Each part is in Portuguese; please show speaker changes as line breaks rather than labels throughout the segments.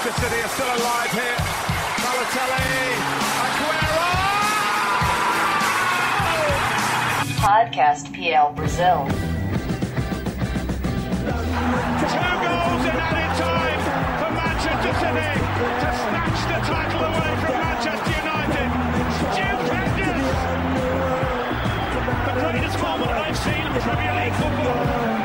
Manchester City are still alive here. Balotelli, Aguero!
Podcast PL Brazil.
2 goals in added time for Manchester City to snatch the title away from Manchester United. Jude Henderson, the greatest moment I've seen in Premier League football.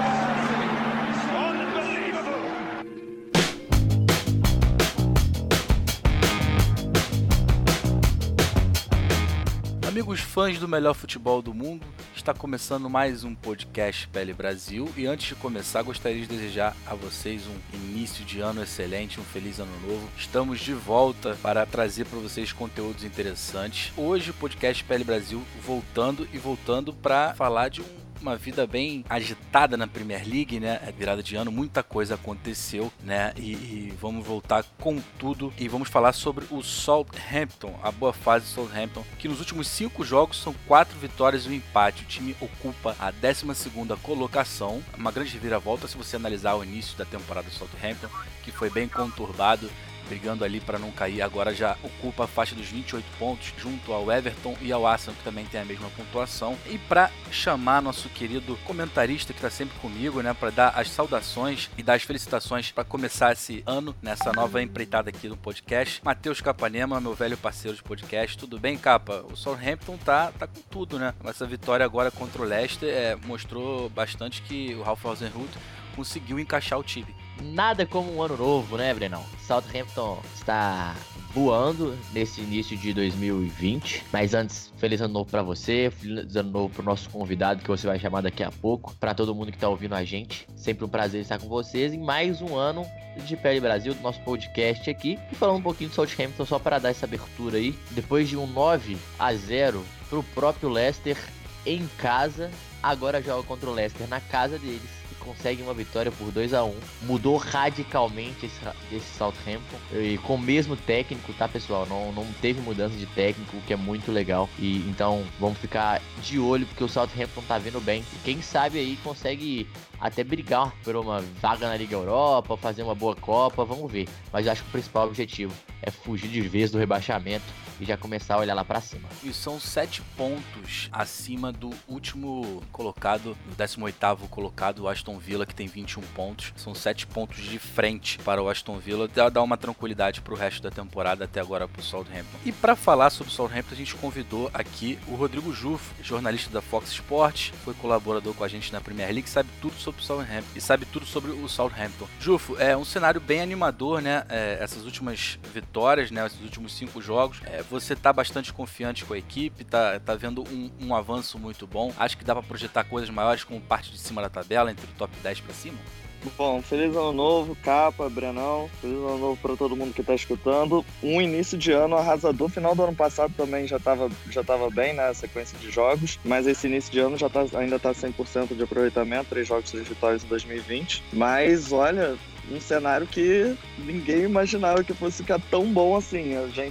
Amigos fãs do melhor futebol do mundo, está começando mais um podcast PL Brasil e antes de começar gostaria de desejar a vocês um início de ano excelente, um feliz ano novo. Estamos de volta para trazer para vocês conteúdos interessantes. Hoje o podcast PL Brasil voltando para falar de uma vida bem agitada na Premier League, né? É virada de ano, muita coisa aconteceu, né? E vamos voltar com tudo e vamos falar sobre o Southampton, a boa fase do Southampton, que nos últimos 5 jogos são 4 vitórias e um empate. O time ocupa a 12ª colocação, uma grande reviravolta se você analisar o início da temporada do Southampton, que foi bem conturbado, brigando ali para não cair, agora já ocupa a faixa dos 28 pontos, junto ao Everton e ao Arsenal, que também tem a mesma pontuação. E para chamar nosso querido comentarista que está sempre comigo, né, para dar as saudações e dar as felicitações para começar esse ano, nessa nova empreitada aqui do podcast, Matheus Capanema, meu velho parceiro de podcast. Tudo bem, Capa? O Southampton tá com tudo, né? Essa vitória agora contra o Leicester mostrou bastante que o Ralf Hasenhüttl conseguiu encaixar o time.
Nada como um ano novo, né, Brenão? Southampton está voando nesse início de 2020. Mas antes, feliz ano novo pra você, feliz ano novo pro nosso convidado que você vai chamar daqui a pouco, pra todo mundo que tá ouvindo a gente. Sempre um prazer estar com vocês em mais um ano de PL Brasil, do nosso podcast aqui. E falando um pouquinho do Southampton, só para dar essa abertura aí. Depois de um 9-0 pro próprio Leicester em casa, agora joga contra o Leicester na casa deles. Consegue uma vitória por 2-1, mudou radicalmente esse Southampton, e com o mesmo técnico, tá, pessoal? Não teve mudança de técnico, o que é muito legal, e então vamos ficar de olho, porque o Southampton tá vindo bem, e quem sabe aí consegue até brigar por uma vaga na Liga Europa, fazer uma boa Copa, vamos ver, mas eu acho que o principal objetivo é fugir de vez do rebaixamento e já começar a olhar lá pra cima.
E são 7 pontos acima do último colocado, do 18º colocado, o Aston Villa, que tem 21 pontos. São 7 pontos de frente para o Aston Villa, dá uma tranquilidade pro resto da temporada até agora pro Southampton. E para falar sobre o Southampton, a gente convidou aqui o Rodrigo Jufo, jornalista da Fox Sports, foi colaborador com a gente na Premier League, sabe tudo sobre o Southampton e sabe tudo sobre o Southampton. Jufo, é um cenário bem animador, né? Essas últimas vitórias, né? Esses últimos 5 jogos, você tá bastante confiante com a equipe, tá vendo um avanço muito bom. Acho que dá para projetar coisas maiores como parte de cima da tabela, entre o top 10 para cima?
Bom, feliz ano novo, Capa, Brenão, feliz ano novo para todo mundo que tá escutando. Um início de ano arrasador, final do ano passado também já tava bem, né, a sequência de jogos, mas esse início de ano ainda tá 100% de aproveitamento, 3 jogos, 3 vitórias em 2020, mas olha, um cenário que ninguém imaginava que fosse ficar tão bom assim.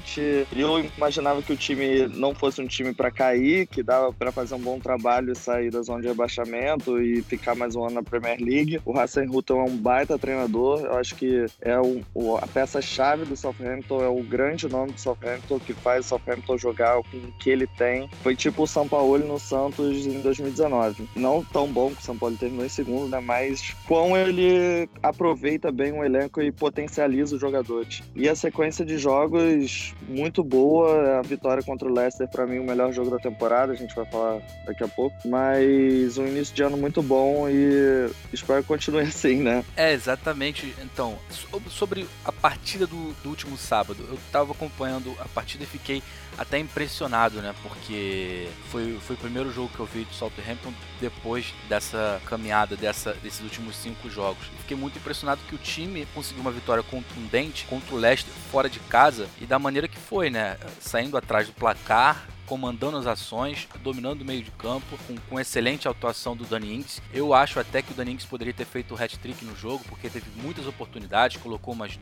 Eu imaginava que o time não fosse um time para cair, que dava para fazer um bom trabalho e sair da zona de rebaixamento e ficar mais um ano na Premier League. O Hasenhüttl é um baita treinador, eu acho que é a peça-chave do Southampton, é o grande nome do Southampton, que faz o Southampton jogar com o que ele tem. Foi tipo o Sampaoli no Santos em 2019. Não tão bom que o Sampaoli terminou em segundo, né? Mas quão ele aproveita bem o elenco e potencializa os jogadores. E a sequência de jogos muito boa, a vitória contra o Leicester, para mim, o melhor jogo da temporada, a gente vai falar daqui a pouco, mas um início de ano muito bom e espero que continue assim, né?
Exatamente. Então, sobre a partida do último sábado, eu tava acompanhando a partida e fiquei até impressionado, né? Porque foi o primeiro jogo que eu vi do Southampton depois dessa caminhada, desses últimos 5 jogos. Fiquei muito impressionado que o time conseguiu uma vitória contundente contra o Leicester fora de casa e da maneira que foi, né? Saindo atrás do placar, comandando as ações, dominando o meio de campo, com excelente atuação do Danny Ings. Eu acho até que o Danny Ings poderia ter feito o hat-trick no jogo, porque teve muitas oportunidades, colocou umas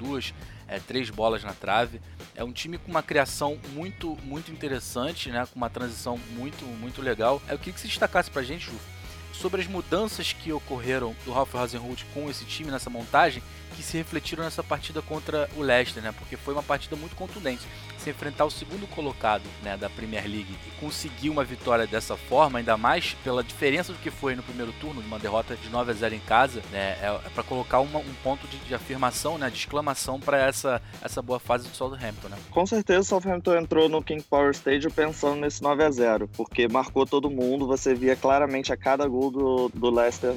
3 bolas na trave. É um time com uma criação muito, muito interessante, né? Com uma transição muito, muito legal. Eu queria que você destacasse pra gente, Ju, sobre as mudanças que ocorreram do Ralf Hasenhüttl com esse time nessa montagem que se refletiram nessa partida contra o Leicester, né? Porque foi uma partida muito contundente. Se enfrentar o segundo colocado, né, da Premier League e conseguir uma vitória dessa forma, ainda mais pela diferença do que foi no primeiro turno, de uma derrota de 9-0 em casa, né, é para colocar um ponto de afirmação, né, de exclamação para essa boa fase do Southampton, né?
Com certeza o Southampton entrou no King Power Stadium pensando nesse 9-0, porque marcou todo mundo, você via claramente a cada gol do Leicester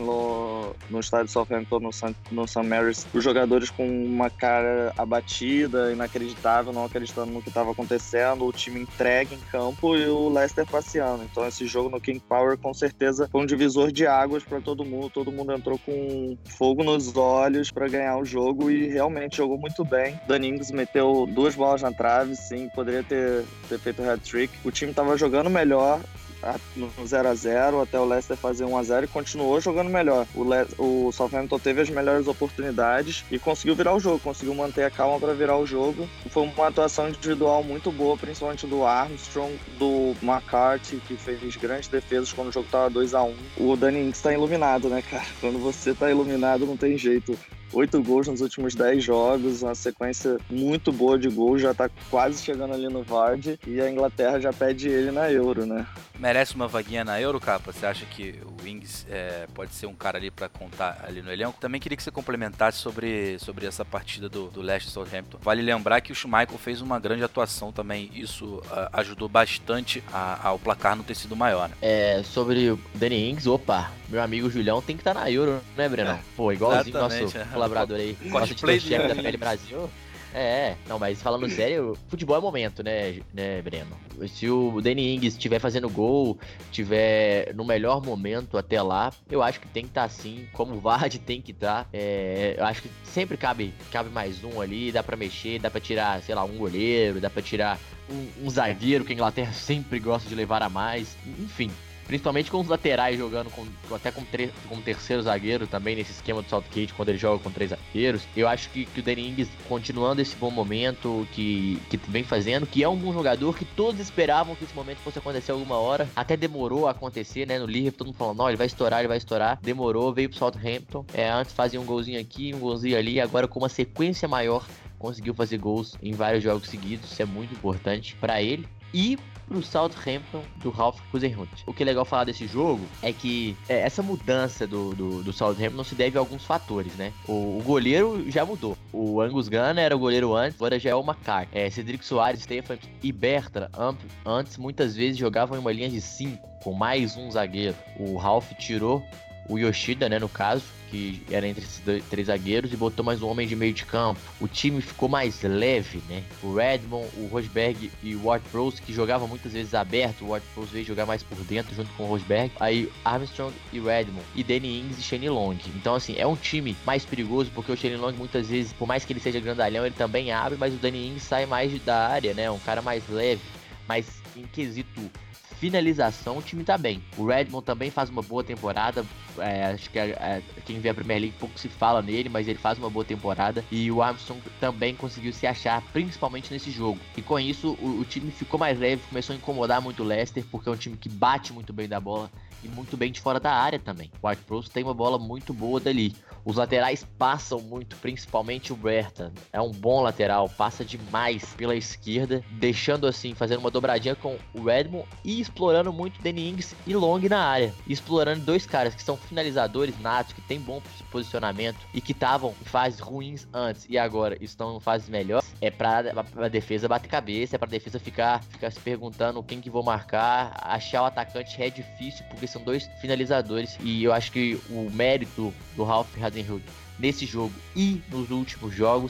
no estádio Southampton, no St. Mary's, os jogadores com uma cara abatida, inacreditável, não acreditando no que estava acontecendo, o time entregue em campo e o Leicester passeando. Então esse jogo no King Power com certeza foi um divisor de águas para todo mundo entrou com fogo nos olhos para ganhar o jogo e realmente jogou muito bem. Danny Ings meteu 2 bolas na trave, sim, poderia ter feito o hat-trick. O time estava jogando melhor no 0-0 até o Leicester fazer 1-0 e continuou jogando melhor. O Southampton teve as melhores oportunidades e conseguiu virar o jogo, conseguiu manter a calma para virar o jogo. Foi uma atuação individual muito boa, principalmente do Armstrong, do McCarthy, que fez grandes defesas quando o jogo estava 2-1. O Danny Ings está iluminado, né, cara? Quando você está iluminado não tem jeito. 8 gols nos últimos 10 jogos, uma sequência muito boa de gols, já tá quase chegando ali no Vardy e a Inglaterra já pede ele na Euro, né?
Merece uma vaguinha na Euro, Capa? Você acha que o Ings pode ser um cara ali pra contar ali no elenco? Também queria que você complementasse sobre essa partida do Leicester Southampton. Vale lembrar que o Schmeichel fez uma grande atuação também, isso ajudou bastante ao placar não ter sido maior, né?
Sobre o Danny Ings, meu amigo Julião tem que estar na Euro, né, Brenão? Pô, igualzinho nosso colaborador aí, nosso editor-chefe da PL Brasil. Não, mas falando sério, futebol é momento, né, Breno? Se o Danny Ings estiver fazendo gol, estiver no melhor momento até lá, eu acho que tem que estar assim, como o Vardy tem que estar. Eu acho que sempre cabe mais um ali, dá pra mexer, dá pra tirar, sei lá, um goleiro, dá pra tirar um zagueiro, que a Inglaterra sempre gosta de levar a mais, enfim. Principalmente com os laterais jogando até com terceiro zagueiro também nesse esquema do Southgate, quando ele joga com 3 zagueiros. Eu acho que o Danny Ings, continuando esse bom momento que vem fazendo, que é um bom jogador, que todos esperavam que esse momento fosse acontecer alguma hora. Até demorou a acontecer, né? No Liverpool, todo mundo falando, não, ele vai estourar. Demorou, veio pro Southampton. Antes fazia um golzinho aqui, um golzinho ali. Agora com uma sequência maior, conseguiu fazer gols em vários jogos seguidos. Isso é muito importante para ele. E pro Southampton do Ralf Hasenhüttl. O que é legal falar desse jogo é que essa mudança do Southampton não se deve a alguns fatores, né? O goleiro já mudou. O Angus Gunn era o goleiro antes, agora já é o McCarthy. Cedric Soares, Stefan e Bertrand antes muitas vezes jogavam em uma linha de 5, com mais um zagueiro. O Ralf tirou o Yoshida, né, no caso, que era entre esses 3 zagueiros, e botou mais um homem de meio de campo. O time ficou mais leve, né? O Redmond, o Rosberg e o Ward-Prowse, que jogavam muitas vezes aberto, o Ward-Prowse veio jogar mais por dentro junto com o Rosberg. Aí Armstrong e Redmond, e Danny Ings e Shane Long. Então, assim, é um time mais perigoso, porque o Shane Long muitas vezes, por mais que ele seja grandalhão, ele também abre, mas o Danny Ings sai mais da área, né? Um cara mais leve, mas em quesito finalização, o time tá bem. O Redmond também faz uma boa temporada. Acho que quem vê a Premier League pouco se fala nele, mas ele faz uma boa temporada. E o Armstrong também conseguiu se achar, principalmente nesse jogo. E com isso, o time ficou mais leve, começou a incomodar muito o Leicester, porque é um time que bate muito bem da bola e muito bem de fora da área também. O Ward-Prowse tem uma bola muito boa dali. Os laterais passam muito, principalmente o Bertrand. É um bom lateral, passa demais pela esquerda, deixando assim, fazendo uma dobradinha com o Redmond e explorando muito Danny Ings e Long na área. E explorando 2 caras que são finalizadores natos, que tem bom posicionamento e que estavam em fases ruins antes e agora estão em fases melhores. É pra defesa bater cabeça, é pra defesa ficar se perguntando quem que vou marcar. Achar o atacante é difícil, porque são 2 finalizadores. E eu acho que o mérito do Ralf Hasenhüttl nesse jogo e nos últimos jogos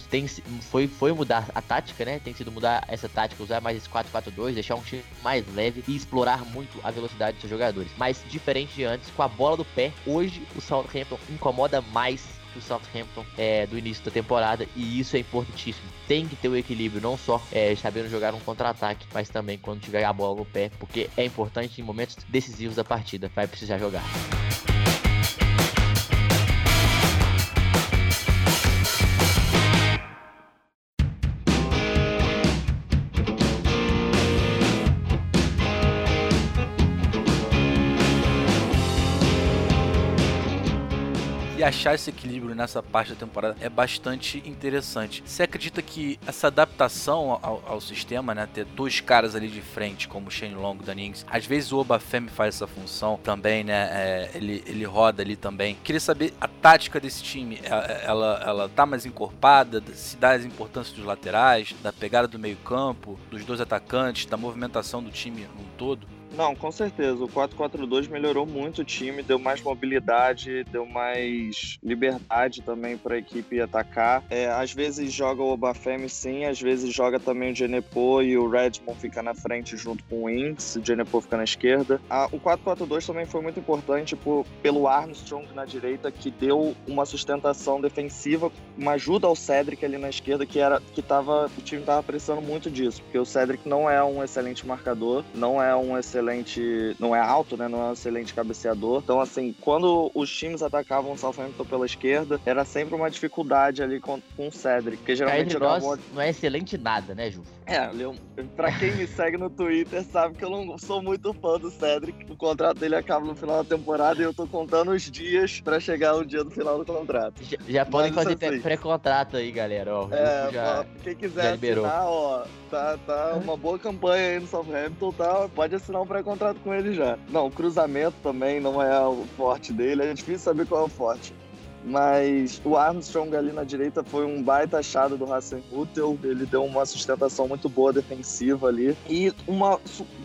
foi mudar a tática, né? Tem sido mudar essa tática, usar mais esse 4-4-2, deixar um time mais leve e explorar muito a velocidade dos seus jogadores. Mas diferente de antes, com a bola do pé, hoje o Southampton incomoda mais que o Southampton do início da temporada, e isso é importantíssimo. Tem que ter o equilíbrio, não só sabendo jogar um contra-ataque, mas também quando tiver a bola no pé, porque é importante em momentos decisivos da partida, vai precisar jogar.
E achar esse equilíbrio nessa parte da temporada é bastante interessante. Você acredita que essa adaptação ao sistema, né, ter dois caras ali de frente, como o Shane Long e Danny Ings, às vezes o Obafemi faz essa função também, né, ele roda ali também. Queria saber a tática desse time, ela tá mais encorpada, se dá as importâncias dos laterais, da pegada do meio campo, dos dois atacantes, da movimentação do time num todo?
Não, com certeza. O 4-4-2 melhorou muito o time, deu mais mobilidade, deu mais liberdade também para a equipe atacar. Às vezes joga o Obafemi, sim, às vezes joga também o Djenepo e o Redmond fica na frente junto com o Ings, o Djenepo fica na esquerda. O 4-4-2 também foi muito importante pelo Armstrong na direita, que deu uma sustentação defensiva, uma ajuda ao Cedric ali na esquerda, o time estava precisando muito disso, porque o Cedric não é um excelente marcador, não é alto, né? Não é um excelente cabeceador. Então, assim, quando os times atacavam o Southampton pela esquerda, era sempre uma dificuldade ali com o Cedric, porque geralmente
não é excelente nada, né, Ju?
Pra quem me segue no Twitter sabe que eu não sou muito fã do Cedric. O contrato dele acaba no final da temporada e eu tô contando os dias pra chegar o dia do final do contrato.
Já podem fazer pré-contrato aí, galera. Ó,
quem quiser assinar, tá uma boa campanha aí no Southampton, tá? Pode assinar um pré-contrato com ele já. Não, o cruzamento também não é o forte dele, é difícil saber qual é o forte. Mas o Armstrong ali na direita foi um baita achado do Hasenhüttl, ele deu uma sustentação muito boa defensiva ali. E uma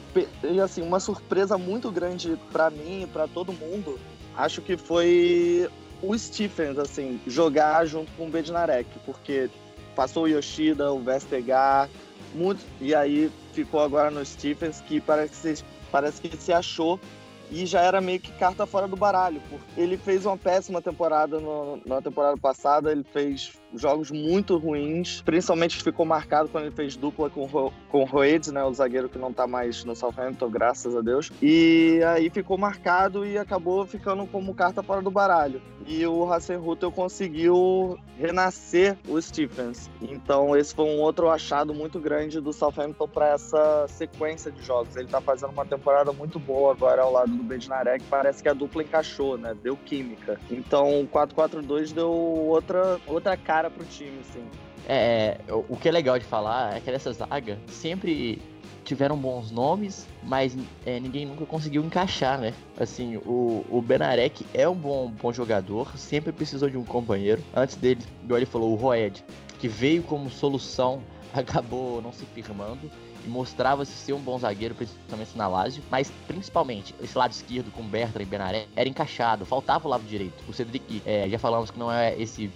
surpresa muito grande pra mim e pra todo mundo, acho que foi o Stephens, assim, jogar junto com o Bednarek, porque passou o Yoshida, o Vestergaard, e aí ficou agora no Stephens, que parece que se achou e já era meio que carta fora do baralho, porque ele fez uma péssima temporada na temporada passada, ele fez jogos muito ruins, principalmente ficou marcado quando ele fez dupla com o Roedes, né, o zagueiro que não tá mais no Southampton, graças a Deus, e aí ficou marcado e acabou ficando como carta fora do baralho. E o Hasenhüttl conseguiu renascer o Stephens. Então esse foi um outro achado muito grande do Southampton para essa sequência de jogos. Ele tá fazendo uma temporada muito boa agora ao lado do Bednarek, parece que a dupla encaixou, né? Deu química. Então o 4-4-2 deu outra cara pro time, assim.
O que é legal de falar é que essa zaga sempre tiveram bons nomes, mas ninguém nunca conseguiu encaixar, né? Assim, o Bednarek é um bom jogador, sempre precisou de um companheiro. Antes dele, igual ele falou, o Roed, que veio como solução, acabou não se firmando e mostrava-se ser um bom zagueiro, principalmente na Lazio, mas principalmente esse lado esquerdo com Bertrand e Bednarek era encaixado, faltava o lado direito. O Cedric, já falamos que não é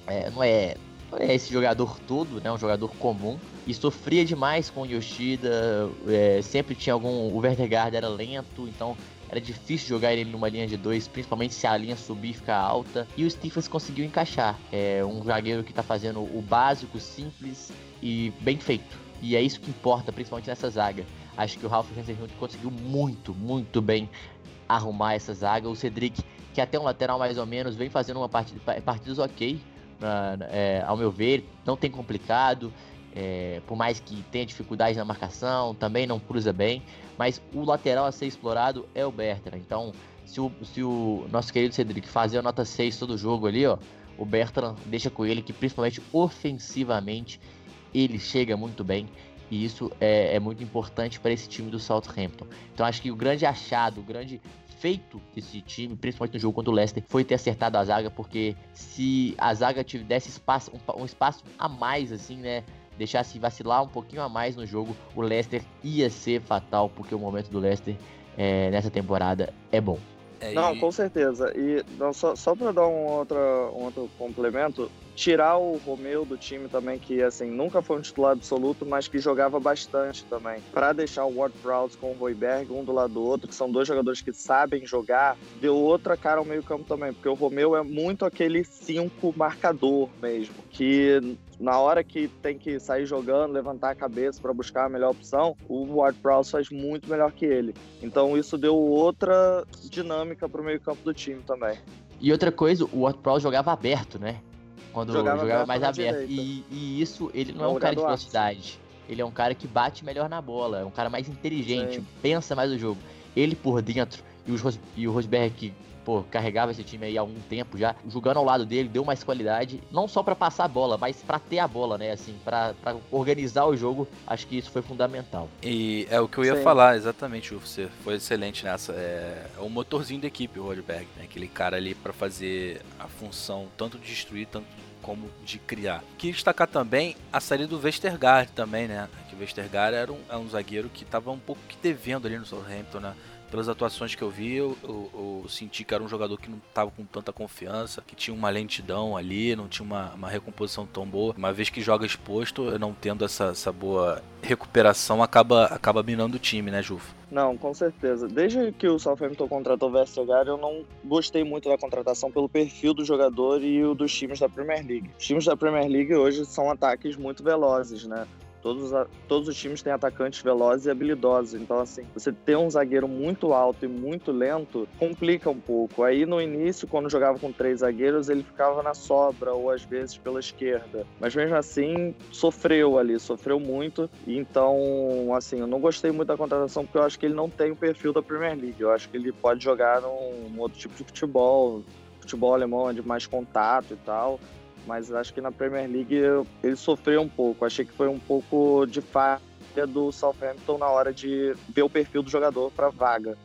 esse jogador todo, né, um jogador comum, e sofria demais com o Yoshida, sempre tinha o Vestergaard era lento, então era difícil jogar ele numa linha de dois, principalmente se a linha subir e ficar alta, e o Stephens conseguiu encaixar, um zagueiro que tá fazendo o básico, simples e bem feito, e é isso que importa, principalmente nessa zaga. Acho que o Ralf Hasenhüttl conseguiu muito, muito bem arrumar essa zaga. O Cedric, que até um lateral mais ou menos, vem fazendo partidas ok, ao meu ver, não tem complicado, por mais que tenha dificuldade na marcação, também não cruza bem, mas o lateral a ser explorado é o Bertrand. Então, se o nosso querido Cedric fazer a nota 6 todo jogo ali, ó, o Bertrand deixa com ele que principalmente ofensivamente ele chega muito bem, e isso é muito importante para esse time do Southampton. Então acho que o grande achado, o grande feito desse time, principalmente no jogo contra o Leicester, foi ter acertado a zaga, porque se a zaga tivesse um espaço a mais, assim, né, deixasse vacilar um pouquinho a mais no jogo, o Leicester ia ser fatal, porque o momento do Leicester nessa temporada é bom.
Não, com certeza. E só para dar um outro complemento, tirar o Romeu do time também, que assim nunca foi um titular absoluto, mas que jogava bastante também, para deixar o Ward-Prowse com o Højbjerg um do lado do outro, que são dois jogadores que sabem jogar, deu outra cara ao meio campo também, porque o Romeu é muito aquele 5 marcador mesmo, que na hora que tem que sair jogando, levantar a cabeça para buscar a melhor opção, o Ward-Prowse faz muito melhor que ele. Então isso deu outra dinâmica pro meio campo do time também.
E outra coisa, o Ward-Prowse jogava aberto, né? Quando jogava mais aberto. E isso, ele não é um cara de velocidade. Ele é um cara que bate melhor na bola. É um cara mais inteligente, pensa mais o jogo. Ele por dentro e o Højbjerg, que carregava esse time aí há algum tempo já, jogando ao lado dele, deu mais qualidade, não só pra passar a bola, mas pra ter a bola, né, assim, pra organizar o jogo, acho que isso foi fundamental.
E é o que eu ia falar, exatamente, você foi excelente nessa, é o motorzinho da equipe, o Rødberg, né, aquele cara ali pra fazer a função tanto de destruir, tanto como de criar. Queria destacar também a saída do Vestergaard também, né, que o Vestergaard era um zagueiro que tava um pouco que devendo ali no Southampton, né. Pelas atuações que eu vi, eu senti que era um jogador que não estava com tanta confiança, que tinha uma lentidão ali, não tinha uma recomposição tão boa. Uma vez que joga exposto, não tendo essa boa recuperação, acaba minando o time, né, Jufo?
Não, com certeza. Desde que o Southampton contratou o Vestergaard, eu não gostei muito da contratação pelo perfil do jogador e o dos times da Premier League. Os times da Premier League hoje são ataques muito velozes, né? Todos os times têm atacantes velozes e habilidosos. Então, assim, você ter um zagueiro muito alto e muito lento complica um pouco. Aí, no início, quando jogava com 3 zagueiros, ele ficava na sobra ou, às vezes, pela esquerda. Mas, mesmo assim, sofreu muito. Então, assim, eu não gostei muito da contratação porque eu acho que ele não tem o perfil da Premier League. Eu acho que ele pode jogar num outro tipo de futebol alemão, de mais contato e tal. Mas acho que na Premier League ele sofreu um pouco. Achei que foi um pouco de falha do Southampton na hora de ver o perfil do jogador para vaga.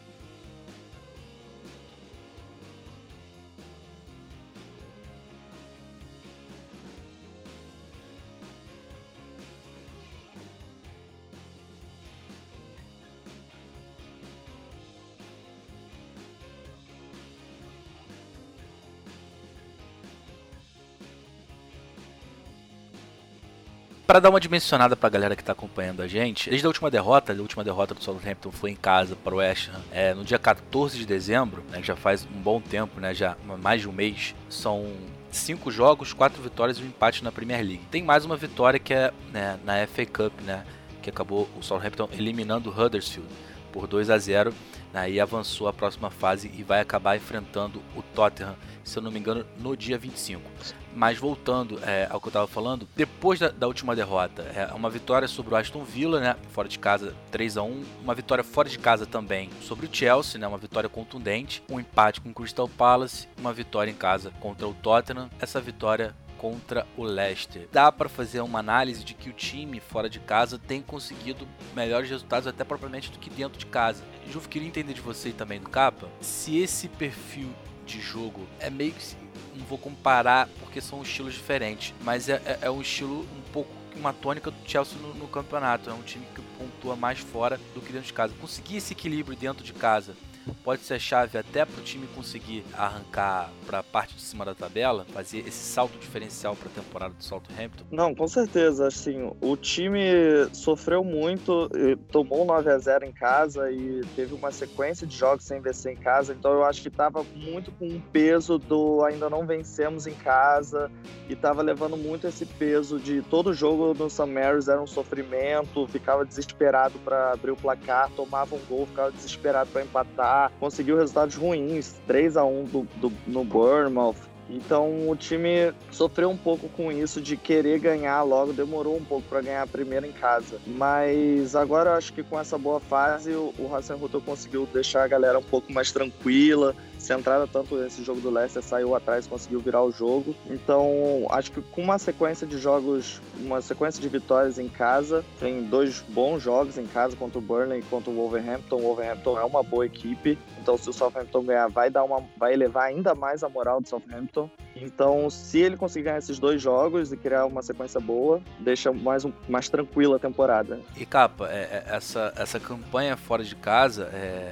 Para dar uma dimensionada pra galera que tá acompanhando a gente, desde a última derrota do Southampton foi em casa para o West Ham, no dia 14 de dezembro, né, que já faz um bom tempo, né, já mais de um mês, são 5 jogos, 4 vitórias e um empate na Premier League. Tem mais uma vitória que é, né, na FA Cup, né, que acabou o Southampton eliminando o Huddersfield por 2-0, né, e avançou a próxima fase e vai acabar enfrentando o Tottenham, se eu não me engano, no dia 25. Mas voltando ao que eu estava falando, depois da última derrota, uma vitória sobre o Aston Villa, né, fora de casa 3-1, uma vitória fora de casa também sobre o Chelsea, né, uma vitória contundente, um empate com o Crystal Palace, uma vitória em casa contra o Tottenham, essa vitória contra o Leicester. Dá para fazer uma análise de que o time fora de casa tem conseguido melhores resultados até propriamente do que dentro de casa. Juf, queria entender de você e também do Capa, se esse perfil de jogo é meio que, não vou comparar porque são estilos diferentes, mas é um estilo um pouco, uma tônica do Chelsea no campeonato. É um time que pontua mais fora do que dentro de casa. Conseguir esse equilíbrio dentro de casa pode ser a chave até para o time conseguir arrancar para a parte de cima da tabela, fazer esse salto diferencial para a temporada do Southampton?
Não, com certeza. Assim, o time sofreu muito, tomou um 9-0 em casa e teve uma sequência de jogos sem vencer em casa, então eu acho que estava muito com o peso do ainda não vencemos em casa e estava levando muito esse peso de todo jogo no St. Mary's era um sofrimento, ficava desesperado para abrir o placar, tomava um gol, ficava desesperado para empatar, conseguiu resultados ruins, 3-1 no Bournemouth. Então o time sofreu um pouco com isso de querer ganhar logo, demorou um pouco para ganhar a primeira em casa. Mas agora eu acho que com essa boa fase o Hasenhüttl conseguiu deixar a galera um pouco mais tranquila, centrada tanto nesse jogo do Leicester, saiu atrás, conseguiu virar o jogo. Então acho que com uma sequência de jogos, uma sequência de vitórias em casa, tem 2 bons jogos em casa contra o Burnley e contra o Wolverhampton. O Wolverhampton é uma boa equipe, então se o Southampton ganhar vai elevar ainda mais a moral do Southampton. Então se ele conseguir ganhar esses 2 jogos e criar uma sequência boa, deixa mais tranquila a temporada.
E Capa, essa campanha fora de casa,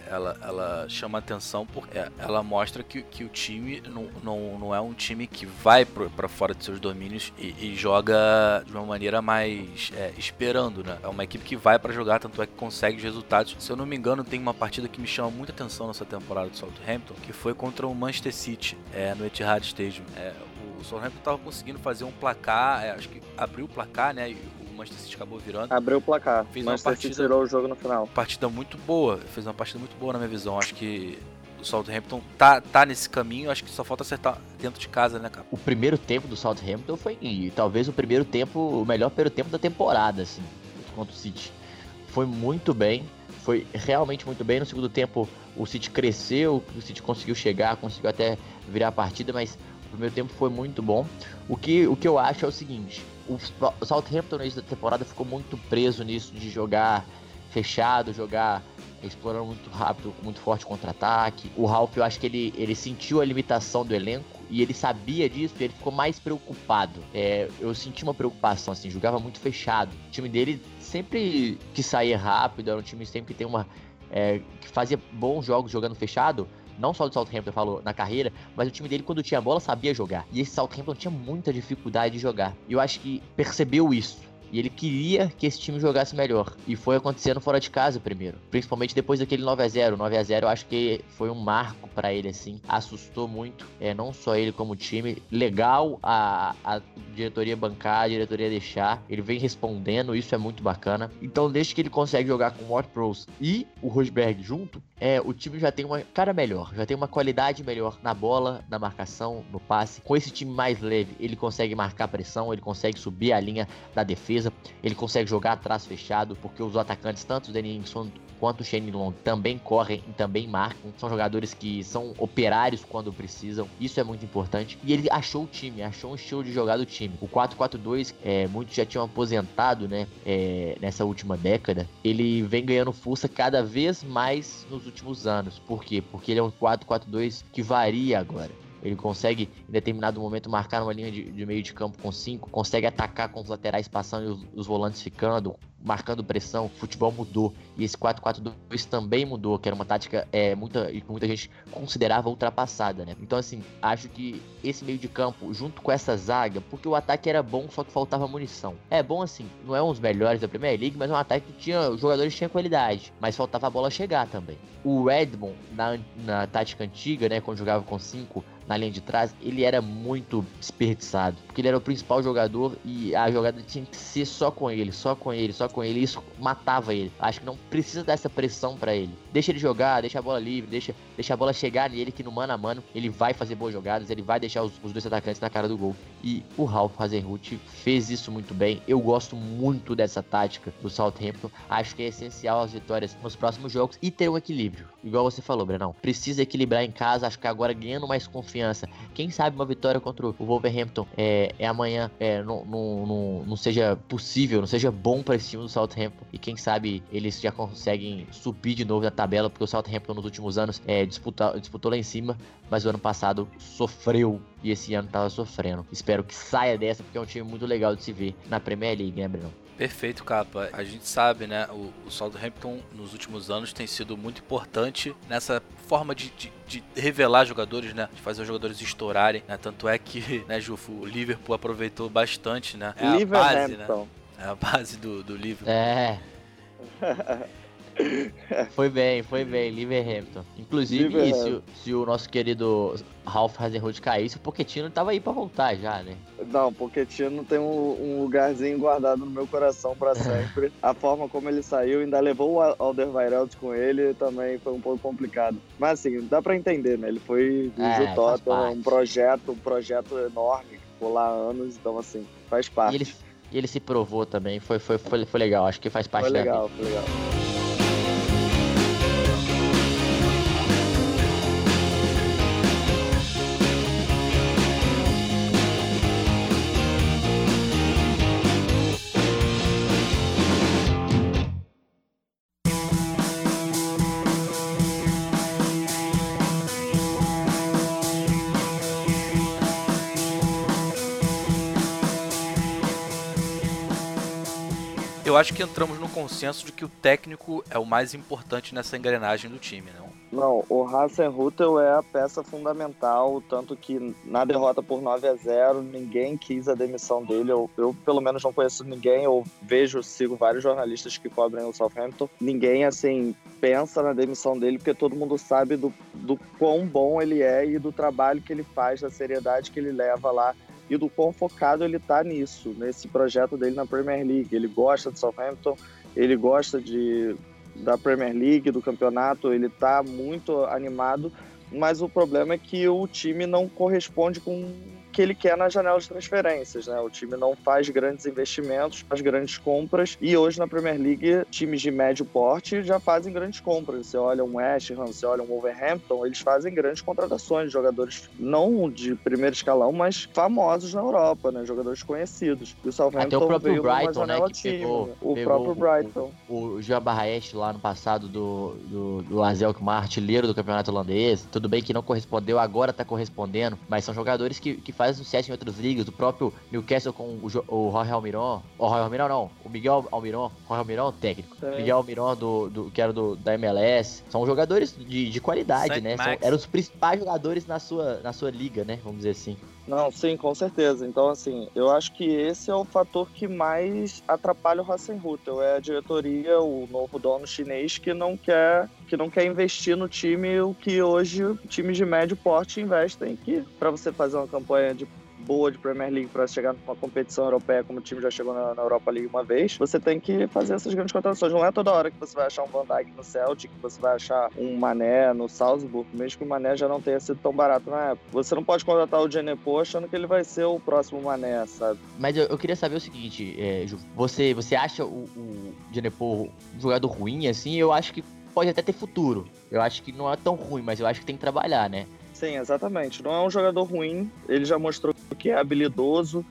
ela chama atenção porque ela mostra que o time não é um time que vai para fora de seus domínios e joga de uma maneira mais esperando, né? É uma equipe que vai para jogar, tanto é que consegue os resultados. Se eu não me engano, tem uma partida que me chama muita atenção nessa temporada do Southampton, que foi contra o Manchester City, no Etihad Stadium. O Southampton estava conseguindo fazer um placar, acho que abriu o placar, né? E o Manchester City acabou virando.
Abriu o placar.
Fez
Manchester
uma partida,
City tirou o jogo no final.
Partida muito boa. Fez uma partida muito boa na minha visão. Acho que o Southampton tá nesse caminho, acho que só falta acertar dentro de casa, né, cara?
O primeiro tempo do Southampton foi talvez o melhor primeiro tempo da temporada, assim, contra o City. Foi muito bem, foi realmente muito bem. No segundo tempo o City cresceu, o City conseguiu chegar, conseguiu até virar a partida, mas o primeiro tempo foi muito bom. O que eu acho é o seguinte, o Southampton no início da temporada ficou muito preso nisso de jogar fechado, jogar explorando muito rápido, muito forte contra-ataque. O Ralf, eu acho que ele sentiu a limitação do elenco e ele sabia disso e ele ficou mais preocupado. Eu senti uma preocupação, assim, jogava muito fechado. O time dele sempre que saía rápido, era um time sempre que tem que fazia bons jogos jogando fechado. Não só do Southampton, eu falo, na carreira, mas o time dele, quando tinha bola, sabia jogar. E esse Southampton tinha muita dificuldade de jogar. E eu acho que percebeu isso. E ele queria que esse time jogasse melhor. E foi acontecendo fora de casa primeiro. Principalmente depois daquele 9-0. 9-0 eu acho que foi um marco pra ele, assim. Assustou muito. Não só ele como o time. Legal a diretoria bancar, a diretoria deixar. Ele vem respondendo, isso é muito bacana. Então, desde que ele consegue jogar com o Ward-Prowse e o Højbjerg junto, o time já tem uma cara melhor. Já tem uma qualidade melhor na bola, na marcação, no passe. Com esse time mais leve, ele consegue marcar pressão, ele consegue subir a linha da defesa. Ele consegue jogar atrás fechado, porque os atacantes, tanto o Danny Ings quanto o Shane Long, também correm e também marcam. São jogadores que são operários quando precisam. Isso é muito importante. E ele achou o time, achou um estilo de jogar do time. O 4-4-2, muitos já tinham aposentado, né? Nessa última década. Ele vem ganhando força cada vez mais nos últimos anos. Por quê? Porque ele é um 4-4-2 que varia agora. Ele consegue, em determinado momento, marcar uma linha de meio de campo com 5, consegue atacar com os laterais passando e os volantes ficando, marcando pressão. O futebol mudou. E esse 4-4-2 também mudou, que era uma tática muita gente considerava ultrapassada, né? Então, assim, acho que esse meio de campo, junto com essa zaga, porque o ataque era bom, só que faltava munição. É bom, assim, não é um dos melhores da Premier League, mas é um ataque que os jogadores tinham qualidade, mas faltava a bola chegar também. O Redmond, na tática antiga, né, quando jogava com 5, na linha de trás, ele era muito desperdiçado, porque ele era o principal jogador e a jogada tinha que ser só com ele, e isso matava ele. Acho que não precisa dessa pressão pra ele. Deixa ele jogar, deixa a bola livre, deixa a bola chegar nele, que no mano a mano ele vai fazer boas jogadas, ele vai deixar os dois atacantes na cara do gol. E o Ralf Hasenhüttl fez isso muito bem. Eu gosto muito dessa tática do Southampton. Acho que é essencial as vitórias nos próximos jogos e ter um equilíbrio. Igual você falou, Brenão. Precisa equilibrar em casa, acho que agora ganhando mais confiança. Quem sabe uma vitória contra o Wolverhampton amanhã não seja possível, não seja bom para esse time do Southampton. E quem sabe eles já conseguem subir de novo na tabela, porque o Southampton nos últimos anos disputou lá em cima, mas o ano passado sofreu e esse ano tava sofrendo. Espero que saia dessa, porque é um time muito legal de se ver na Premier League, né, Bruno?
Perfeito, Capa. A gente sabe, né, o Southampton nos últimos anos tem sido muito importante nessa forma de revelar jogadores, né, de fazer os jogadores estourarem, né, tanto é que, né, Jufo, o Liverpool aproveitou bastante, né, a base, né, é a base do Liverpool.
Foi bem, Liverhampton. Inclusive, se o nosso querido Ralf Hasenhüttl caísse, o Pochettino tava aí pra voltar já, né?
Não, o Pochettino tem um lugarzinho guardado no meu coração pra sempre. A forma como ele saiu, ainda levou o Alderweireld com ele, também foi um pouco complicado. Mas assim, dá pra entender, né? Ele foi do Tottenham, um projeto enorme, que ficou lá há anos, então assim, faz parte.
E ele se provou também, foi legal, acho que faz parte da vida.
Foi legal.
Eu acho que entramos no consenso de que o técnico é o mais importante nessa engrenagem do time, não?
Não, o Hasenhüttl é a peça fundamental, tanto que na derrota por 9-0, ninguém quis a demissão dele. Eu pelo menos não conheço ninguém, eu sigo vários jornalistas que cobrem o Southampton. Ninguém, assim, pensa na demissão dele, porque todo mundo sabe do quão bom ele é e do trabalho que ele faz, da seriedade que ele leva lá, e do quão focado ele tá nisso, nesse projeto dele na Premier League. Ele gosta de Southampton, ele gosta da Premier League, do campeonato, ele tá muito animado, mas o problema é que o time não corresponde com o que ele quer na janela de transferências, né? O time não faz grandes investimentos, faz grandes compras, e hoje na Premier League, times de médio porte já fazem grandes compras. Você olha um West Ham, você olha um Wolverhampton, eles fazem grandes contratações, jogadores não de primeiro escalão, mas famosos na Europa, né? Jogadores conhecidos. E o Southampton
até o próprio
veio numa
Brighton, né,
janela
que
tímida.
pegou
O próprio Brighton.
O Jean Barraes lá no passado do AZ Alkmaar, artilheiro do campeonato holandês. Tudo bem que não correspondeu, agora tá correspondendo, mas são jogadores que fazem sucesso em outras ligas. O próprio Newcastle com o Jorge Almiron. O Jorge Almiron não, o Miguel Almiron. Jorge Almiron, técnico.
É.
Miguel Almiron, que era da MLS. São jogadores de qualidade, né? Eram os principais jogadores na sua liga, né? Vamos dizer assim.
Não, sim, com certeza. Então, assim, eu acho que esse é o fator que mais atrapalha o Hasenhüttl. É a diretoria, o novo dono chinês, que não quer investir no time o que hoje times de médio porte investem. Que para você fazer uma campanha boa de Premier League para chegar numa competição europeia, como o time já chegou na Europa League uma vez, você tem que fazer essas grandes contratações. Não é toda hora que você vai achar um Van Dijk no Celtic, que você vai achar um Mané no Salzburg, mesmo que o Mané já não tenha sido tão barato na época. Você não pode contratar o Djenepo achando que ele vai ser o próximo Mané, sabe?
Mas eu queria saber o seguinte, Ju, você acha o Djenepo um jogador ruim, assim? Eu acho que pode até ter futuro. Eu acho que não é tão ruim, mas eu acho que tem que trabalhar, né?
Sim, exatamente. Não é um jogador ruim, ele já mostrou que é habilidoso,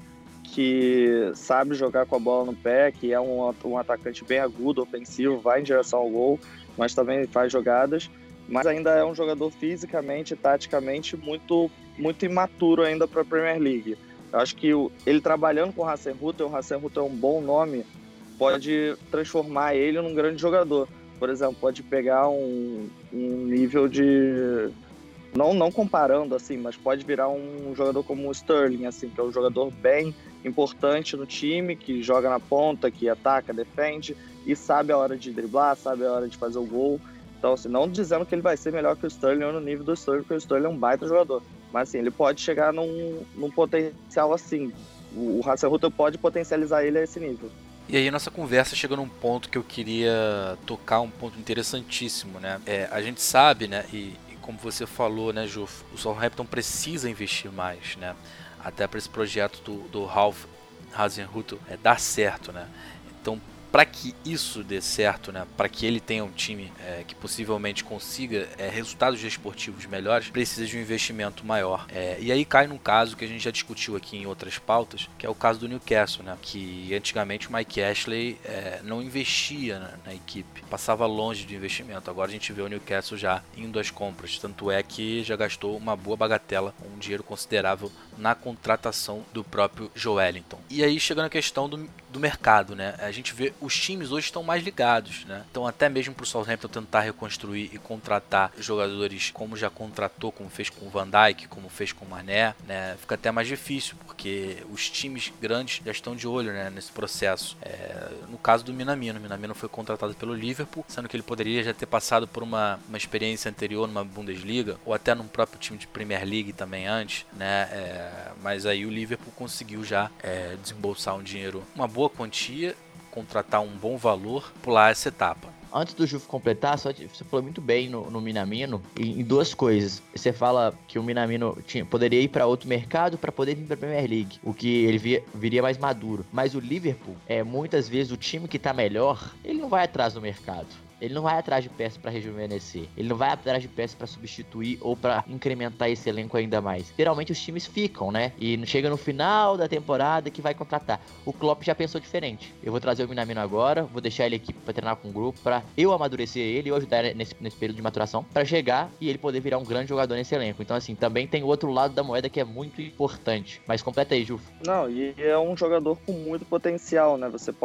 que sabe jogar com a bola no pé, que é um atacante bem agudo, ofensivo, vai em direção ao gol, mas também faz jogadas, mas ainda é um jogador fisicamente e taticamente muito, muito imaturo ainda para a Premier League. Eu acho que ele trabalhando com o Hasenhüttl é um bom nome, pode transformar ele num grande jogador. Por exemplo, pode pegar um nível de... Não comparando, assim, mas pode virar um jogador como o Sterling, assim, que é um jogador bem importante no time, que joga na ponta, que ataca, defende e sabe a hora de driblar, sabe a hora de fazer o gol. Então, assim, não dizendo que ele vai ser melhor que o Sterling ou no nível do Sterling, porque o Sterling é um baita jogador. Mas, assim, ele pode chegar num potencial assim. O Hasenhüttl pode potencializar ele a esse nível.
E aí nossa conversa chega num ponto que eu queria tocar, um ponto interessantíssimo, né? A gente sabe, né, e como você falou, né, Ju, o Southampton precisa investir mais, né? Até para esse projeto do Ralph Hasenhüttl dar certo, né? Então, para que isso dê certo, né, para que ele tenha um time que possivelmente consiga resultados desportivos melhores, precisa de um investimento maior. E aí cai num caso que a gente já discutiu aqui em outras pautas, que é o caso do Newcastle, né, que antigamente o Mike Ashley não investia na equipe, passava longe de investimento. Agora a gente vê o Newcastle já indo às compras, tanto é que já gastou uma boa bagatela, um dinheiro considerável na contratação do próprio Joelinton. E aí chegando a questão do mercado, né, a gente vê os times hoje estão mais ligados, né? Então até mesmo para o Southampton tentar reconstruir e contratar jogadores como já contratou, como fez com o Van Dijk, como fez com o Mané, né? Fica até mais difícil, porque os times grandes já estão de olho, né, nesse processo. No caso do Minamino, o Minamino foi contratado pelo Liverpool, sendo que ele poderia já ter passado por uma experiência anterior numa Bundesliga, ou até num próprio time de Premier League também antes, né? Mas aí o Liverpool conseguiu já desembolsar um dinheiro, uma boa quantia, contratar um bom valor, pular essa etapa.
Antes do Juf completar, você falou muito bem no Minamino, em duas coisas. Você fala que o Minamino poderia ir para outro mercado para poder vir para a Premier League, o que ele viria mais maduro. Mas o Liverpool, muitas vezes o time que está melhor, ele não vai atrás do mercado. Ele não vai atrás de peças para rejuvenescer. Ele não vai atrás de peças para substituir ou para incrementar esse elenco ainda mais. Geralmente os times ficam, né? E chega no final da temporada que vai contratar. O Klopp já pensou diferente. Eu vou trazer o Minamino agora, vou deixar ele aqui para treinar com o grupo, para eu amadurecer ele, eu ajudar nesse período de maturação, para chegar e ele poder virar um grande jogador nesse elenco. Então, assim, também tem o outro lado da moeda que é muito importante. Mas completa aí, Juf.
Não, e é um jogador com muito potencial, né? Você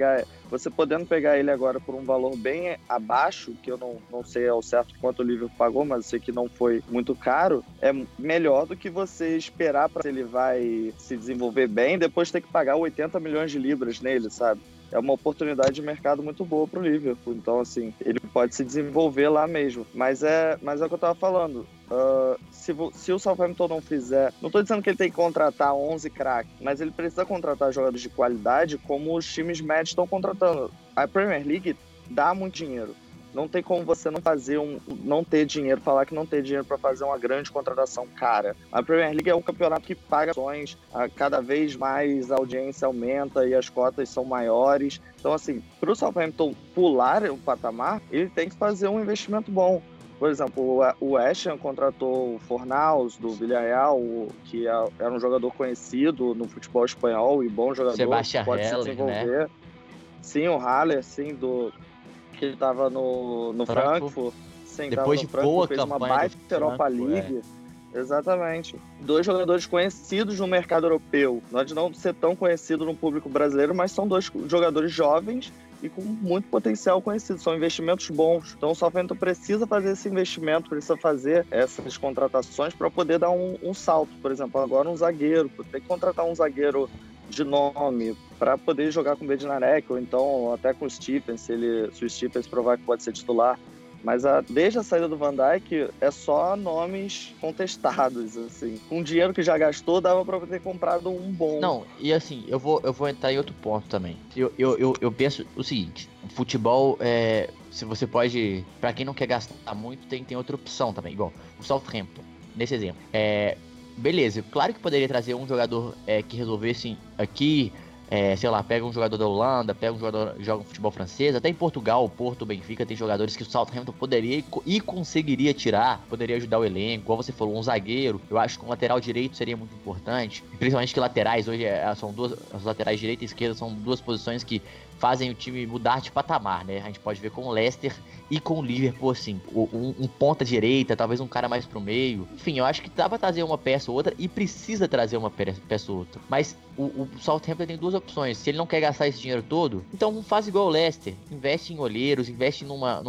podendo pegar ele agora por um valor bem abaixo, que eu não sei ao certo quanto o Liverpool pagou, mas eu sei que não foi muito caro, é melhor do que você esperar para ele vai se desenvolver bem e depois ter que pagar 80 milhões de libras nele, sabe? É uma oportunidade de mercado muito boa pro Liverpool. Então, assim, ele pode se desenvolver lá mesmo. Mas é o que eu tava falando. Se o Southampton não fizer... Não tô dizendo que ele tem que contratar 11 craques, mas ele precisa contratar jogadores de qualidade como os times médios estão contratando. A Premier League dá muito dinheiro. não tem como você não ter dinheiro, falar que não ter dinheiro para fazer uma grande contratação cara. A Premier League é um campeonato que paga ações, cada vez mais a audiência aumenta e as cotas são maiores. Então, assim, para o Southampton pular o patamar, ele tem que fazer um investimento bom. Por exemplo, o West Ham contratou o Fornals, do Villarreal, que era um jogador conhecido no futebol espanhol e bom jogador,
Sebastian
pode
Haller,
se desenvolver. Né? Sim, o Haller, sim, que estava no Frankfurt. Sim,
depois de boa
fez uma
campanha
baita Europa League. Exatamente. 2 jogadores conhecidos no mercado europeu. Não de não ser tão conhecido no público brasileiro, mas são 2 jogadores jovens e com muito potencial conhecido. São investimentos bons. Então o Southampton precisa fazer esse investimento, precisa fazer essas contratações para poder dar um salto. Por exemplo, agora um zagueiro. Tem que contratar um zagueiro de nome para poder jogar com o Bednarek, ou então até com o Stephens, se o Stephens provar que pode ser titular. Mas desde a saída do Van Dijk é só nomes contestados, assim. Com o dinheiro que já gastou, dava pra ter comprado um bom.
Não, e assim, eu vou entrar em outro ponto também. Eu penso o seguinte, o futebol, se você pode, pra quem não quer gastar muito, tem outra opção também. Igual o Southampton, nesse exemplo. Beleza, claro que poderia trazer um jogador que resolvesse aqui, sei lá, pega um jogador da Holanda, pega um jogador que joga futebol francês, até em Portugal, o Porto, o Benfica, tem jogadores que o Southampton poderia e conseguiria tirar, poderia ajudar o elenco, igual você falou, um zagueiro, eu acho que um lateral direito seria muito importante, principalmente que laterais, hoje são as laterais direita e esquerda são 2 posições que fazem o time mudar de patamar, né? A gente pode ver com o Leicester e com o Liverpool, assim, um ponta direita, talvez um cara mais pro meio. Enfim, eu acho que dá pra trazer uma peça ou outra e precisa trazer uma peça ou outra. Mas o Southampton tem 2 opções. Se ele não quer gastar esse dinheiro todo, então faz igual o Leicester. Investe em olheiros, investe numa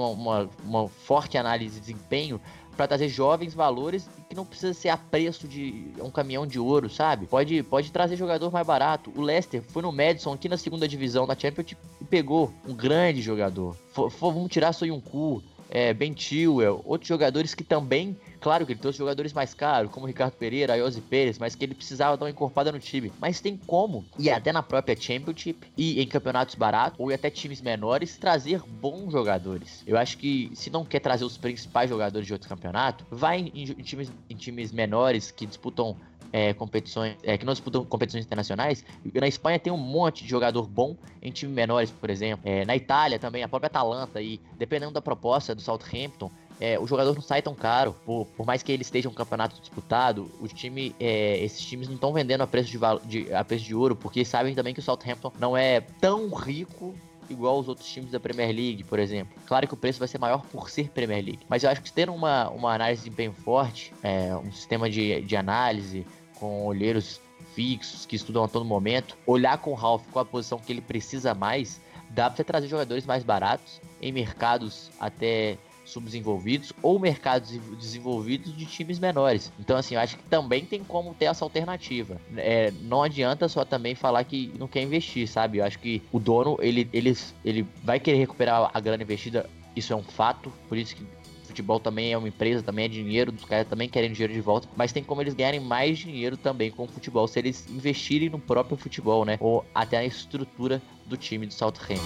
forte análise de desempenho para trazer jovens valores que não precisa ser a preço de um caminhão de ouro, sabe? Pode trazer jogador mais barato. O Leicester foi no Madison aqui na 2ª divisão da Championship e pegou um grande jogador. Vamos tirar Soyuncu, Ben Chilwell, outros jogadores que também, claro que ele trouxe jogadores mais caros, como o Ricardo Pereira, Ayoze Pérez, mas que ele precisava dar uma encorpada no time. Mas tem como, e até na própria Championship, e em campeonatos baratos, ou até times menores, trazer bons jogadores. Eu acho que se não quer trazer os principais jogadores de outro campeonato, vai em times menores que disputam competições, que não disputam competições internacionais. Na Espanha tem um monte de jogador bom em times menores, por exemplo. Na Itália também, a própria Atalanta, e dependendo da proposta do Southampton, o jogador não sai tão caro. Por mais que ele esteja um campeonato disputado, esses times não estão vendendo a preço de ouro, porque sabem também que o Southampton não é tão rico igual os outros times da Premier League, por exemplo. Claro que o preço vai ser maior por ser Premier League, mas eu acho que ter uma análise de desempenho forte, um sistema de análise com olheiros fixos que estudam a todo momento, olhar com o Ralf qual a posição que ele precisa mais, dá pra você trazer jogadores mais baratos em mercados até subdesenvolvidos ou mercados desenvolvidos de times menores. Então, assim, eu acho que também tem como ter essa alternativa. Não adianta só também falar que não quer investir, sabe? Eu acho que o dono, ele vai querer recuperar a grana investida, isso é um fato, por isso que futebol também é uma empresa, também é dinheiro, os caras também querem dinheiro de volta, mas tem como eles ganharem mais dinheiro também com o futebol, se eles investirem no próprio futebol, né? Ou até na estrutura do time do Southampton.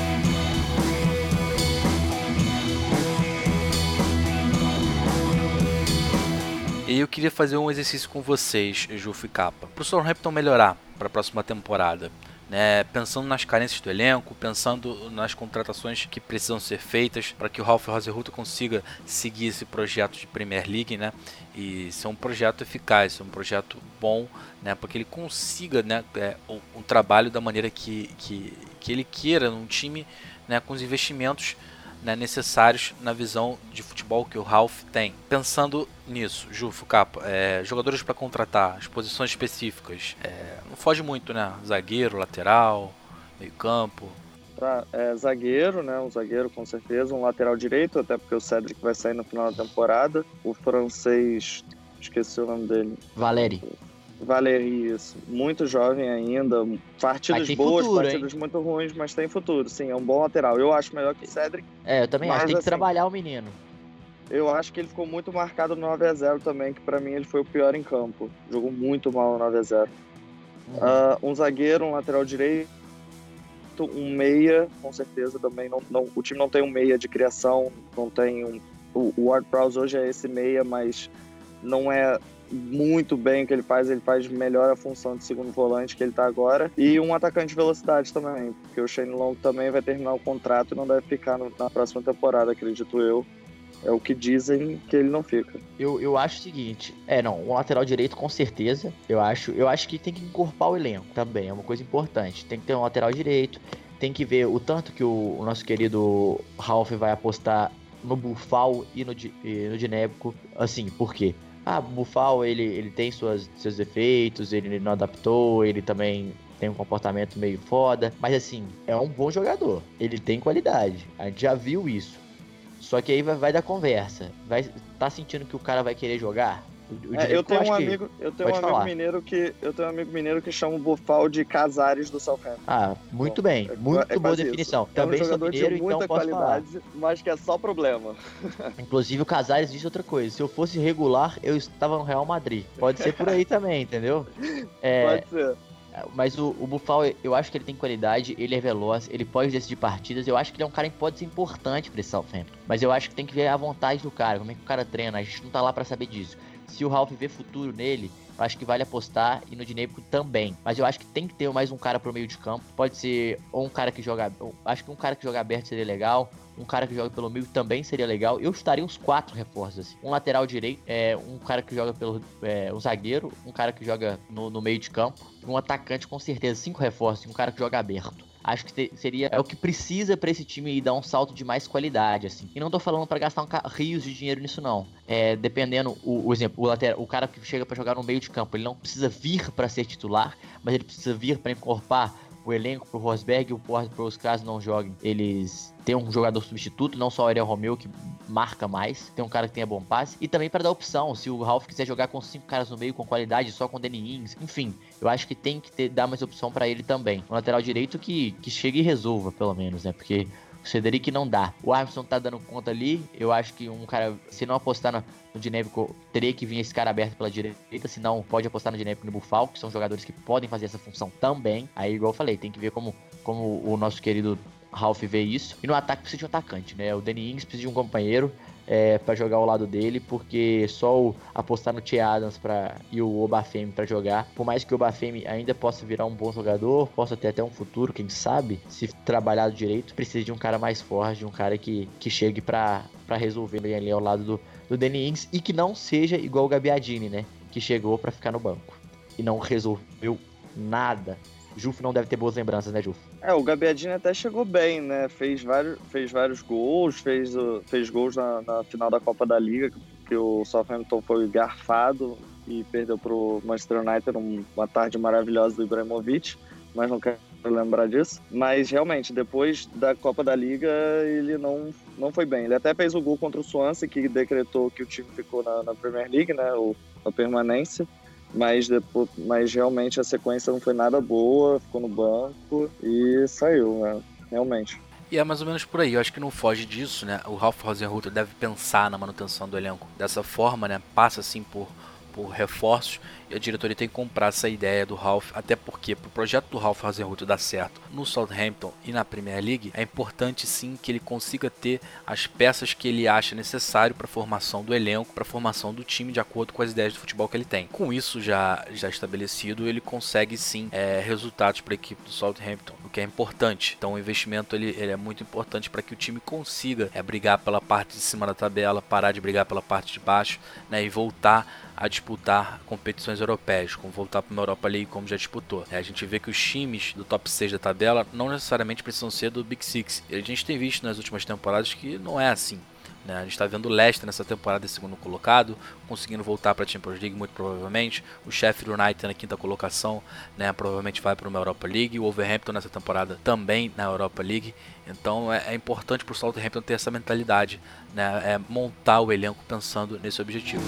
E eu queria fazer um exercício com vocês, Jufo e Capa, para o Southampton melhorar para a próxima temporada. Pensando nas carências do elenco, pensando nas contratações que precisam ser feitas para que o Ralf Hasenhüttl consiga seguir esse projeto de Premier League, né? E ser um projeto eficaz, ser um projeto bom, né? Para que ele consiga, né, um trabalho da maneira que ele queira, num time, né, com os investimentos, né, necessários na visão de futebol que o Ralf tem. Pensando nisso, Jufo, Capa, jogadores para contratar, as posições específicas, não foge muito, né? Zagueiro, lateral, meio campo.
Zagueiro, né? Um zagueiro com certeza, um lateral direito, até porque o Cedric vai sair no final da temporada. O francês, esqueci o nome dele. Valéry, isso. Muito jovem ainda, partidas boas, futuro, partidas muito ruins, mas tem futuro, sim, é um bom lateral. Eu acho melhor que o Cedric.
Eu também acho, tem que trabalhar o menino.
Eu acho que ele ficou muito marcado no 9-0 também, que pra mim ele foi o pior em campo. Jogou muito mal no 9-0. Um zagueiro, um lateral direito, direito, um meia, com certeza também. O time não tem um meia de criação, não tem o Ward-Prowse hoje é esse meia, mas não é muito bem o que ele faz melhor a função de segundo volante que ele tá agora, e um atacante de velocidade também, porque o Shane Long também vai terminar o contrato e não deve ficar na próxima temporada, acredito eu. É o que dizem que ele não fica.
Eu acho o seguinte, um lateral direito com certeza, eu acho que tem que incorporar o elenco também, é uma coisa importante, tem que ter um lateral direito, tem que ver o tanto que o nosso querido Ralf vai apostar no Buffal e no Dnepr, assim, por quê? O Buffal, ele tem seus defeitos, ele não adaptou, ele também tem um comportamento meio foda, mas assim, é um bom jogador, ele tem qualidade, a gente já viu isso. Só que aí vai dar conversa, tá sentindo que o cara vai querer jogar?
Eu tenho um amigo mineiro que chama o Buffal de Casares do Southampton.
Muito bem, muito boa definição.
Isso.
Também
é um jogador
mineiro,
de muita
então posso
qualidade,
falar.
mas que é só problema.
Inclusive o Casares disse outra coisa, se eu fosse regular, eu estava no Real Madrid. Pode ser por aí também, entendeu?
Pode ser.
Mas o Buffal, eu acho que ele tem qualidade, ele é veloz, ele pode decidir partidas, eu acho que ele é um cara que pode ser importante para esse Southampton. Mas eu acho que tem que ver a vontade do cara, como é que o cara treina, a gente não tá lá para saber disso. Se o Ralf vê futuro nele, eu acho que vale apostar, e no Dnepr também. Mas eu acho que tem que ter mais um cara pro meio de campo. Pode ser ou um cara que joga... Acho que um cara que joga aberto seria legal. Um cara que joga pelo meio também seria legal. Eu estaria uns 4 reforços, assim. Um lateral direito, um cara que joga pelo... um zagueiro, um cara que joga no meio de campo. Um atacante, com certeza, 5 reforços. E um cara que joga aberto. Acho que seria o que precisa pra esse time ir dar um salto de mais qualidade, assim. E não tô falando pra gastar rios de dinheiro nisso, não. Dependendo, o exemplo, o cara que chega pra jogar no meio de campo, ele não precisa vir pra ser titular, mas ele precisa vir pra encorpar o elenco pro Rosberg e o Ward-Prowse, caso não joguem, eles têm um jogador substituto, não só o Ariel Romeu, que marca mais, tem um cara que tenha bom passe, e também para dar opção, se o Ralf quiser jogar com 5 caras no meio com qualidade, só com o Danny Ings, enfim, eu acho que tem que dar mais opção para ele também. Um lateral direito que chegue e resolva, pelo menos, né, porque o Cedric não dá. O Armstrong tá dando conta ali, eu acho que um cara, se não apostar no Dnepr, teria que vir esse cara aberto pela direita, se não, pode apostar no Dnepr e no Buffal, que são jogadores que podem fazer essa função também. Aí, igual eu falei, tem que ver como o nosso querido Ralf vê isso. E no ataque precisa de um atacante, né? O Danny Ings precisa de um companheiro pra jogar ao lado dele, porque só apostar no Che Adams e o Obafemi pra jogar, por mais que o Obafemi ainda possa virar um bom jogador, possa ter até um futuro, quem sabe, se trabalhado direito, precisa de um cara mais forte, de um cara que chegue pra resolver bem ali ao lado do Danny Ings, e que não seja igual o Gabbiadini, né? Que chegou pra ficar no banco e não resolveu nada. Juf não deve ter boas lembranças, né, Juf?
O Gabbiadini até chegou bem, né? Fez vários gols, fez gols na final da Copa da Liga, que o Southampton foi garfado e perdeu pro Manchester United, uma tarde maravilhosa do Ibrahimovic, mas não quero lembrar disso. Mas realmente, depois da Copa da Liga, ele não foi bem. Ele até fez o gol contra o Swansea, que decretou que o time ficou na Premier League, né? A permanência. Mas realmente a sequência não foi nada boa, ficou no banco e saiu, né? Realmente.
E é mais ou menos por aí, eu acho que não foge disso, né? O Ralf Hasenhüttl deve pensar na manutenção do elenco dessa forma, né? Passa assim por reforços, e a diretoria tem que comprar essa ideia do Ralf, até porque pro projeto do Ralf Hasenhüttl dar certo no Southampton e na Premier League, é importante sim que ele consiga ter as peças que ele acha necessário para a formação do elenco, para a formação do time, de acordo com as ideias de futebol que ele tem. Com isso já estabelecido, ele consegue sim resultados para a equipe do Southampton, o que é importante. Então o investimento ele é muito importante para que o time consiga brigar pela parte de cima da tabela, parar de brigar pela parte de baixo, né, e voltar a disputar competições europeias, como voltar para uma Europa League como já disputou. A gente vê que os times do top 6 da tabela não necessariamente precisam ser do Big Six. E a gente tem visto nas últimas temporadas que não é assim. A gente está vendo o Leicester nessa temporada em segundo colocado, conseguindo voltar para a Champions League muito provavelmente. O Sheffield United na quinta colocação, né, provavelmente vai para uma Europa League. O Wolverhampton nessa temporada também na Europa League. Então é importante para o Southampton ter essa mentalidade, né, montar o elenco pensando nesse objetivo.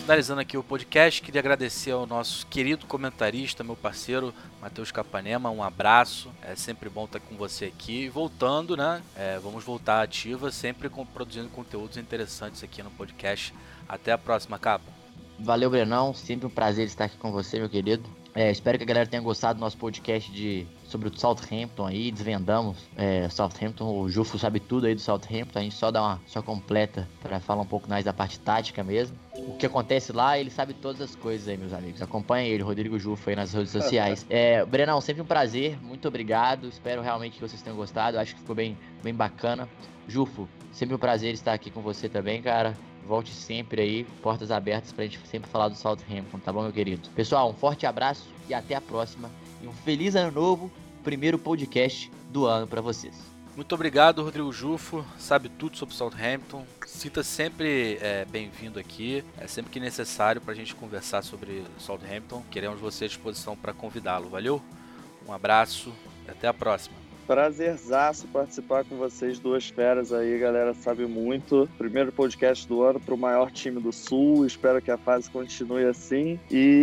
Finalizando aqui o podcast, queria agradecer ao nosso querido comentarista, meu parceiro, Matheus Capanema, um abraço, é sempre bom estar com você aqui. E voltando, né, vamos voltar ativa, sempre produzindo conteúdos interessantes aqui no podcast. Até a próxima, Capa.
Valeu, Brenão, sempre um prazer estar aqui com você, meu querido. Espero que a galera tenha gostado do nosso podcast sobre o Southampton aí, desvendamos Southampton, o Jufo sabe tudo aí do Southampton, a gente só dá uma só completa para falar um pouco mais da parte tática mesmo. O que acontece lá, ele sabe todas as coisas aí, meus amigos. Acompanhem ele, Rodrigo Jufo, aí nas redes sociais. Brenão, sempre um prazer, muito obrigado, espero realmente que vocês tenham gostado, acho que ficou bem bacana. Jufo, sempre um prazer estar aqui com você também, cara. Volte sempre aí, portas abertas pra gente sempre falar do Southampton, tá bom, meu querido? Pessoal, um forte abraço e até a próxima. E um feliz ano novo, primeiro podcast do ano pra vocês.
Muito obrigado, Rodrigo Jufo, sabe tudo sobre Southampton. Sinta sempre bem-vindo aqui, sempre que necessário pra gente conversar sobre Southampton. Queremos você à disposição para convidá-lo, valeu? Um abraço e até a próxima.
Prazerzaço participar com vocês, duas feras aí, galera sabe muito. Primeiro podcast do ano pro maior time do Sul, espero que a fase continue assim.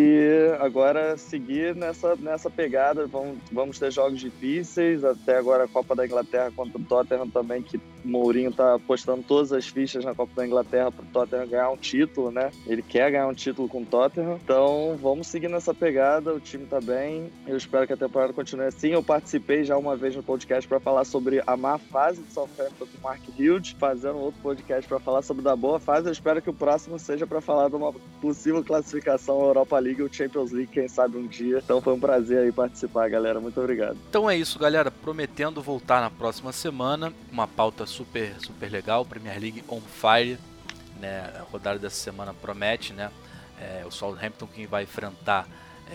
E agora seguir nessa pegada, vamos ter jogos difíceis, até agora a Copa da Inglaterra contra o Tottenham também, que o Mourinho tá apostando todas as fichas na Copa da Inglaterra pro Tottenham ganhar um título, né? Ele quer ganhar um título com o Tottenham, então vamos seguir nessa pegada, o time tá bem, eu espero que a temporada continue assim. Eu participei já uma vez no podcast para falar sobre a má fase do Southampton com o Mark Hughes, fazendo outro podcast para falar sobre da boa fase. Eu espero que o próximo seja para falar de uma possível classificação à Europa League ou Champions League, quem sabe um dia. Então foi um prazer aí participar, galera. Muito obrigado.
Então é isso, galera. Prometendo voltar na próxima semana. Uma pauta super legal. Premier League on fire, né? A rodada dessa semana promete, né? O Southampton que vai enfrentar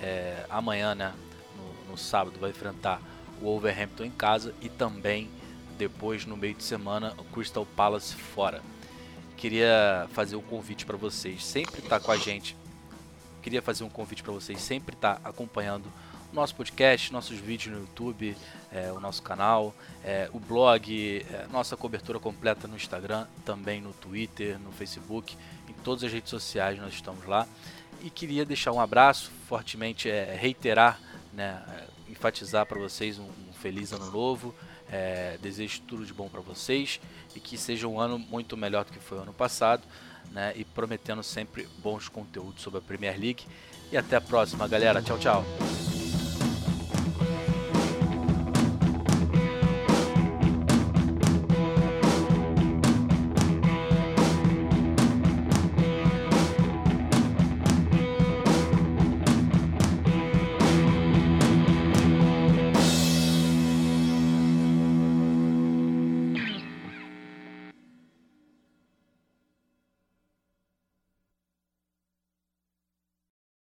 amanhã, né? No sábado vai enfrentar o Wolverhampton em casa e também depois no meio de semana o Crystal Palace fora. Queria fazer um convite para vocês sempre estar com a gente. Queria fazer um convite para vocês sempre estar acompanhando o nosso podcast, nossos vídeos no YouTube, o nosso canal, o blog, nossa cobertura completa no Instagram, também no Twitter, no Facebook, em todas as redes sociais nós estamos lá. E queria deixar um abraço, fortemente reiterar, né, enfatizar para vocês um feliz ano novo, desejo tudo de bom para vocês e que seja um ano muito melhor do que foi o ano passado, né, e prometendo sempre bons conteúdos sobre a Premier League. E até a próxima, galera. Tchau, tchau.